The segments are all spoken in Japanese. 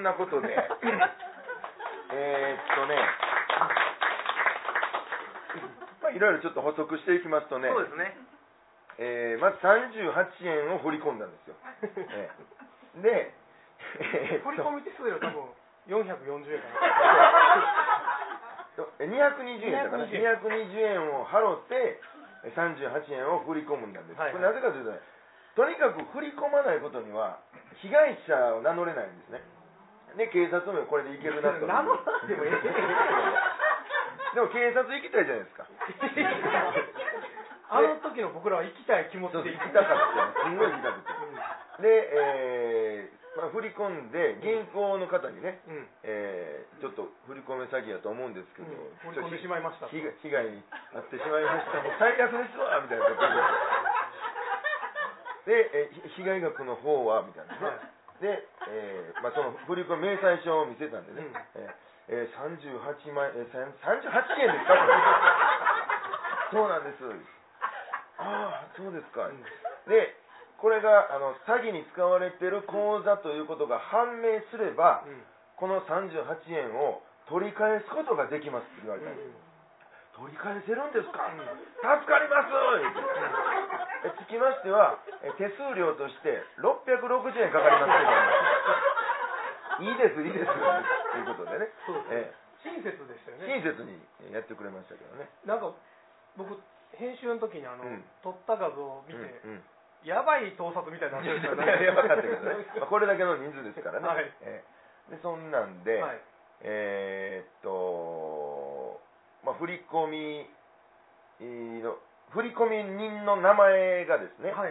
んなことでいろいろちょっと補足していきますとね、 そうですね。 まず38円を振り込んだんですよ。で、 振り込み手数料多分440円かな。 220円だから220円を払って38円を振り込むんです。これなぜかというとね、とにかく振り込まないことには被害者を名乗れないんですね。で、警察もこれでいけるなと。 名乗らんでもいい。 でも警察行きたいじゃないですか。 あの時の僕らは行きたい気持ちで行きたかった。すんごい行きたくて。で、振り込んで銀行の方にね、ちょっと振り込め詐欺やと思うんですけど、 振り込んでしまいました。 被害に遭ってしまいました。もう最悪ですわみたいなことで、被害額の方はみたいなね。で、その振り込み明細書を見せたんでね、38万円、38円ですかそうなんです。ああ、そうですか。で、これが詐欺に使われている口座ということが判明すれば、この38円を取り返すことができますって言われたんです。取り返せるんですか、助かりますつきましては、手数料として660円かかりますけど、いいです、ということでね。 親切でしたよね。 親切にやってくれましたけどね。 なんか、僕、編集の時に撮った画像を見て、やばい盗撮みたいになってるんですよね。 やばかったけどね。これだけの人数ですからね。でそんなんで、振り込み人の名前がですね、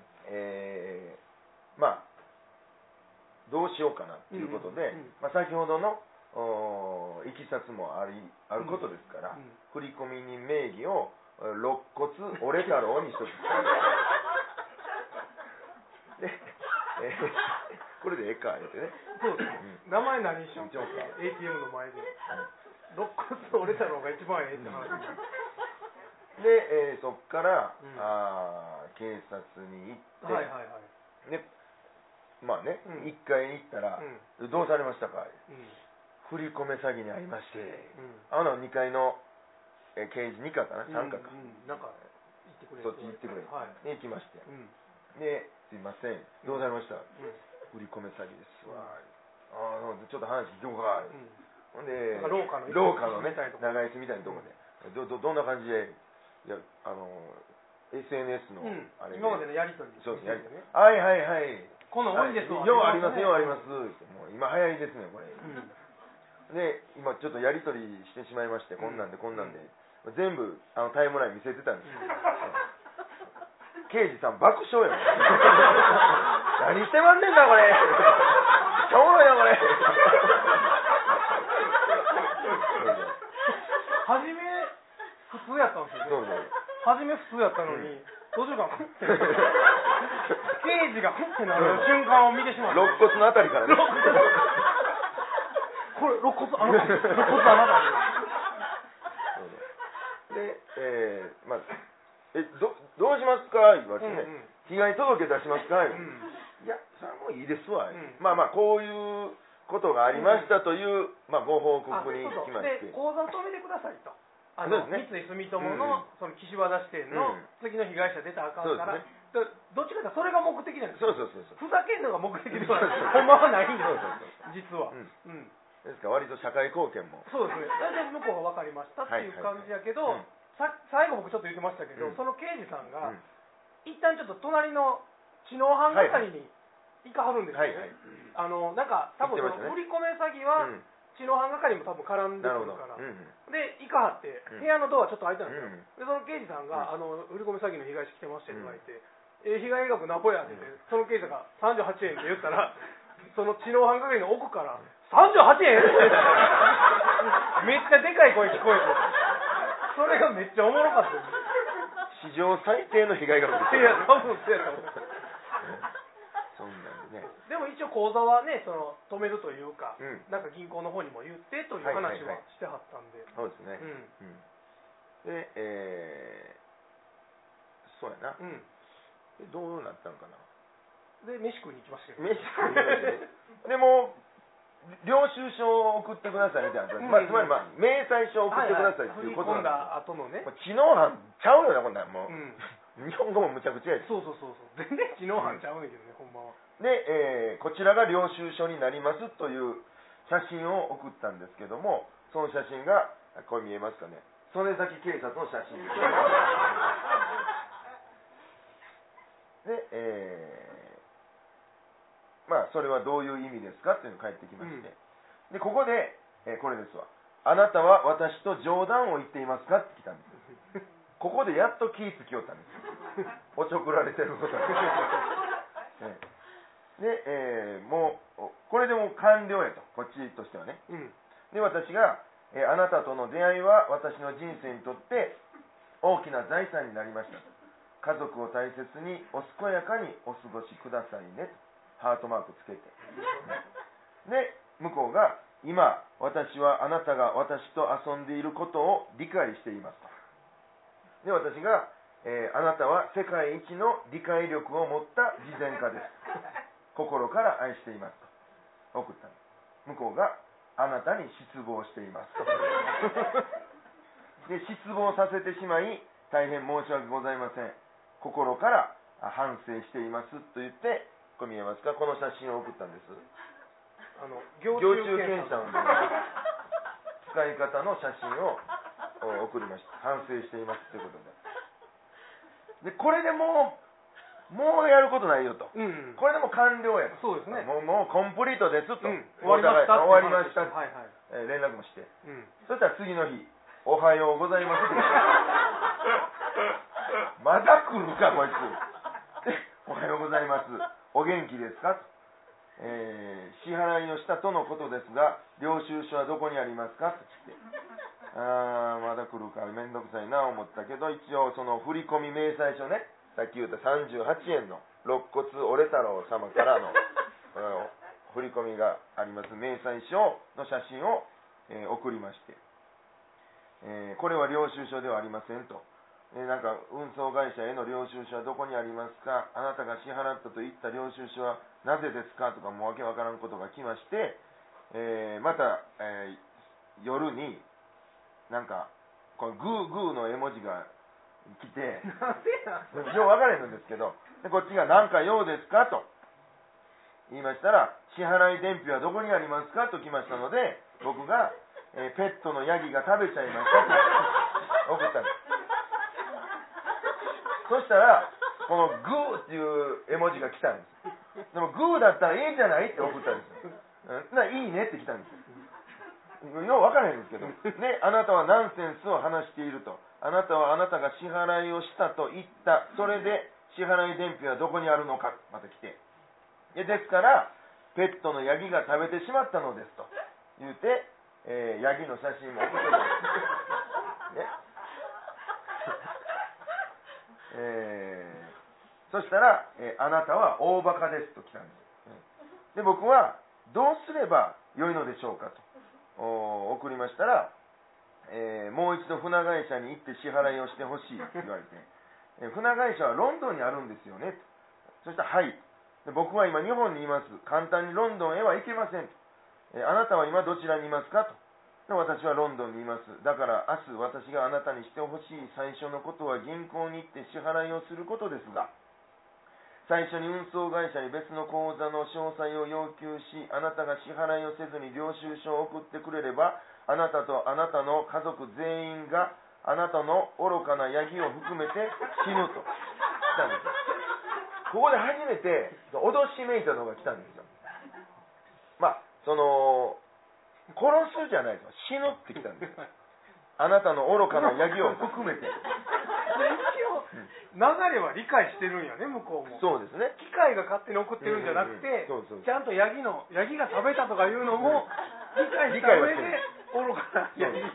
どうしようかなということで、先ほどのいきさつもあることですから、振り込み人名義を肋骨折れ太郎にしとく。で、これでええか言ってね。 そうです。名前何しようか。ATM の前で。肋骨折れたのが一番ええって話。 で、そっから、警察に行って、で、1回行ったら、どうされましたか、振り込め詐欺に遭いまして、2階の刑事2課かな、3課か。 なんか、行ってくれ。 そっち行ってくれ。で、行きまして。で、すいません、どうされました、振り込め詐欺ですわ。ちょっと話聞こうか。ほんで、廊下のね、長椅子みたいなところで、どんな感じで、SNS のあれ、今までのやりとり。 そうですね。はい。 この多いですわ。 ようあります。もう今流行りですね、これ。で、今ちょっとやりとりしてしまいまして、こんなんで、全部タイムライン見せてたんですよ。刑事さん爆笑よ。何してまんねんだこれ。しょうもないなこれ。 初め普通やったんですよ。初め普通やったのに、途中から刑事がってなる瞬間を見てしまう。 肋骨のあたりからね。 これ肋骨あなたで、どうしますか言われてね、被害届出しますか、いや、それはもういいですわ、こういうことがありましたという、ご報告に来まして、 口座を止めてくださいと、三井住友のその岸和田支店の次の被害者出たらあかんから、どっちかというとそれが目的なんですよ。ふざけるのが目的ではほんまはないんです実は。 ですから割と社会貢献も。 そうですね。大体向こうが分かりましたっていう感じやけど、最後僕ちょっと言ってましたけど、その刑事さんが、一旦ちょっと隣の知能犯係に行かはるんですよね。なんか多分その振り込め詐欺は知能犯係も多分絡んでくるから、で行かはって部屋のドアちょっと開いたんですよ。でその刑事さんが振り込め詐欺の被害者来てましてって言われて、被害額なんぼやって言って、その刑事さんが38円って言ったら、その知能犯係の奥から38円めっちゃでかい声聞こえて、それがめっちゃおもろかったです。 史上最低の被害額です。 いや、多分そうやと思う。 そんなんでね。 でも一応口座はね、止めるというか、なんか銀行の方にも言ってという話はしてはったんで。 そうですね。で、そうやな。どうなったのかな。 で、飯食いに行きましたけど。 飯食いに行きましたね。でも領収書を送ってくださいみたいな、つまり明細書を送ってくださいっていうことなんです。 振り込んだ後のね。 知能犯ちゃうよな、こんなんもう。日本語もむちゃくちゃやし。 そう。全然知能犯ちゃうねんけどね、ほんまは。 で、こちらが領収書になりますという写真を送ったんですけども、その写真が、これ見えますかね。曽根崎警察の写真です。で、それはどういう意味ですかっていうのが返ってきまして、でここで、これですわ。あなたは私と冗談を言っていますかって来たんです。ここでやっと気ぃつきよったんですよ。おちょくられてることで、もうこれでもう完了やと、こっちとしてはね。で私が、あなたとの出会いは私の人生にとって大きな財産になりました。家族を大切にお健やかにお過ごしくださいねとハートマークつけて、で向こうが今私はあなたが私と遊んでいることを理解していますと。で私が、あなたは世界一の理解力を持った慈善家です。心から愛していますと送ったんです。向こうがあなたに失望していますとで失望させてしまい大変申し訳ございません。心から反省していますと言って、これ見えますか、この写真を送ったんです。 行中検査の使い方の写真を送りました。反省していますということで。でこれでもうやることないよと、これでも完了やと。 そうですね。 もうコンプリートですと、 終わりました終わりましたって、連絡もして、そしたら次の日おはようございますってまだ来るかこいつおはようございます、お元気ですか、支払いをしたとのことですが領収書はどこにありますかって言って、まだ来るからめんどくさいな思ったけど、一応その振込明細書ね、さっき言った38円の肋骨折れ太郎様からの振り込みがあります明細書の写真を、送りまして、これは領収書ではありませんと、なんか運送会社への領収書はどこにありますか、あなたが支払ったと言った領収書はなぜですかとか、もうわけわからんことが来まして、また、夜になんかこのグーの絵文字が来てよう分からへんんですけど、でこっちが何か用ですかと言いましたら、支払い伝票はどこにありますかと来ましたので、僕が、ペットのヤギが食べちゃいましたと送ったんです。そしたらこのグーっていう絵文字が来たんです。でもグーだったらいいじゃないって送ったんですよ。いいねって来たんですよ。よう分からへんんですけどね、あなたはナンセンスを話していると、あなたはあなたが支払いをしたと言った、それで支払い伝票はどこにあるのか、また来て、ですからペットのヤギが食べてしまったのですと言うて、ヤギの写真も送ってくれる、そしたら、あなたは大バカですと来たんです。で僕はどうすればよいのでしょうかと送りましたら、もう一度船会社に行って支払いをしてほしいと言われて、船会社はロンドンにあるんですよねと。そしたらはい、で僕は今日本にいます、簡単にロンドンへは行けませんと。あなたは今どちらにいますかと。で私はロンドンにいます。だから明日私があなたにしてほしい最初のことは銀行に行って支払いをすることですが、最初に運送会社に別の口座の詳細を要求し、あなたが支払いをせずに領収書を送ってくれれば、あなたとあなたの家族全員があなたの愚かなヤギを含めて死ぬと来たんですよ。ここで初めて脅しめいたのが来たんですよ。その殺すじゃないですか、死ぬって来たんですよ。あなたの愚かなヤギを含めて。 一応流れは理解してるんやね、向こうも。 そうですね。 機械が勝手に送ってるんじゃなくて、ちゃんとヤギが食べたとかいうのも理解した上で愚かなヤギ。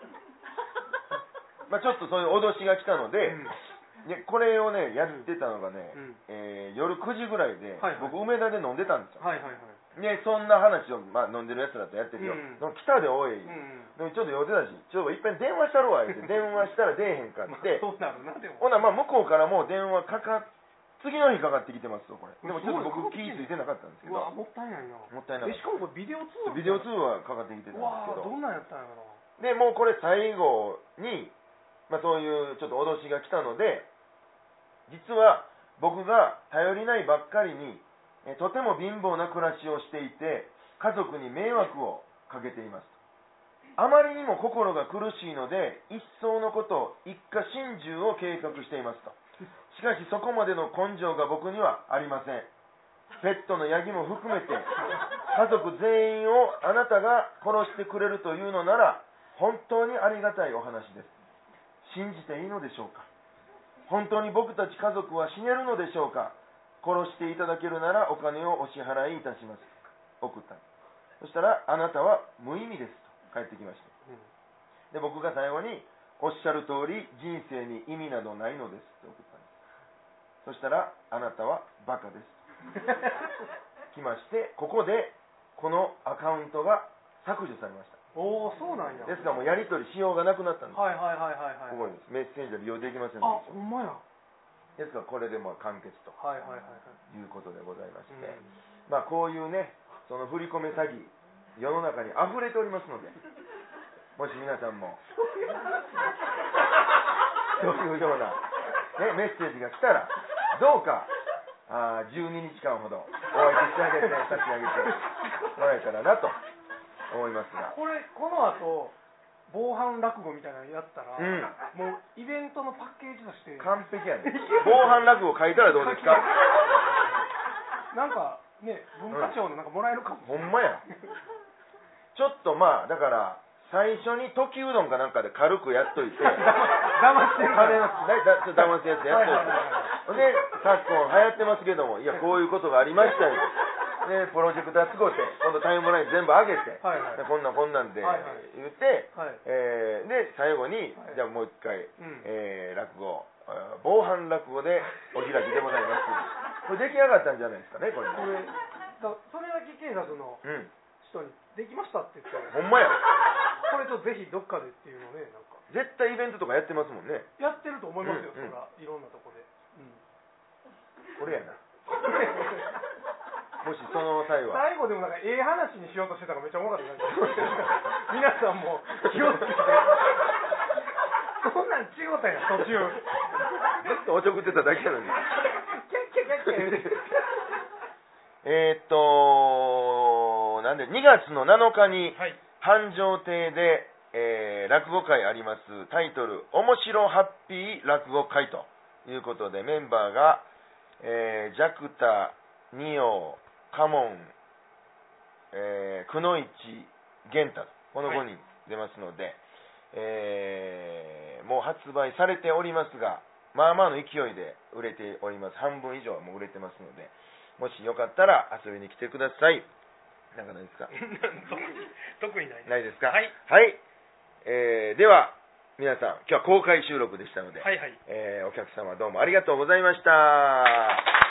ちょっとそういう脅しが来たので、これをねやってたのがね、夜9時ぐらいで、僕梅田で飲んでたんですよ。でそんな話を、飲んでるやつらとやってるよ、来たでおい、でもちょっと酔ってたし、ちょっといっぺん電話したろわ言って電話したら出えへんかってほな向こうからもう電話かかっ次の日かかってきてますと、これ。でもちょっと僕、気ぃついてなかったんですけど。 うわ、もったいないな。 もったいない。 しかもこれビデオ通話ビデオ通話かかってきてたんですけど。 わどんなんやったんやろな。 で、もうこれ最後に、そういうちょっと脅しが来たので、実は僕が頼りないばっかりに、とても貧乏な暮らしをしていて、家族に迷惑をかけています。あまりにも心が苦しいので、一層のこと、一家心中を計画していますと。しかしそこまでの根性が僕にはありません。ペットのヤギも含めて、家族全員をあなたが殺してくれるというのなら、本当にありがたいお話です。信じていいのでしょうか。本当に僕たち家族は死ねるのでしょうか。殺していただけるならお金をお支払いいたします。送った。そしたら、あなたは無意味ですと帰ってきました。で、僕が最後に、おっしゃる通り人生に意味などないのですと送ったんです。そしたら、あなたはバカです来まして、ここでこのアカウントが削除されました。 おお、そうなんや。 ですからもうやり取りしようがなくなったんです。 はいはいはいはいはい。 ここにメッセージは利用できませんでした。 あ、ほんまや。 ですからこれで完結ということでございまして、こういうね、その振り込め詐欺、世の中に溢れておりますので、もし皆さんもそういうような、ね、メッセージが来たら、どうか12日間ほどお相手してあげて差し上げてもらえたらなと思いますが、 この後防犯落語みたいなのやったら、もうイベントのパッケージとして完璧やね。防犯落語書いたらどうですか。 なんかね、文化庁のなんかもらえるかも。 ほんまや。ちょっとだから最初に時うどんかなんかで軽くやっといて騙してる金を騙すやつやっといて、で昨今流行ってますけども、いやこういうことがありましたよ。でプロジェクター使って今度タイムライン全部上げて、でこんなんで言って、で最後に、じゃあもう一回、落語防犯落語でお開きでございます。これ出来上がったんじゃないですかね、これ。 それだけ警察の人にできましたって言って、 ほんまや。 これとぜひどっかでっていうのね、なんか絶対イベントとかやってますもんね。 やってると思いますよ、それはいろんなとこで。 これやな。もしその際は最後でもなんか話にしようとしてたからめっちゃおもろかった。皆さんも気をつけて。そんなん違うたんや、途中。 ずっとおちょくってただけなのに。なんで2月の7日に繁盛亭で、落語会あります。タイトル面白ハッピー落語会ということで、メンバーが、ジャクタ、ニオ、カモン、くのいち、ゲンタ、この5人出ますので、もう発売されておりますが、まあまあの勢いで売れております。半分以上はもう売れてますので、もしよかったら遊びに来てください。なんかないですか。 特にないです。 ないですか。 はい。 はい。では皆さん、今日は公開収録でしたので、 はいはい。 お客様どうもありがとうございました。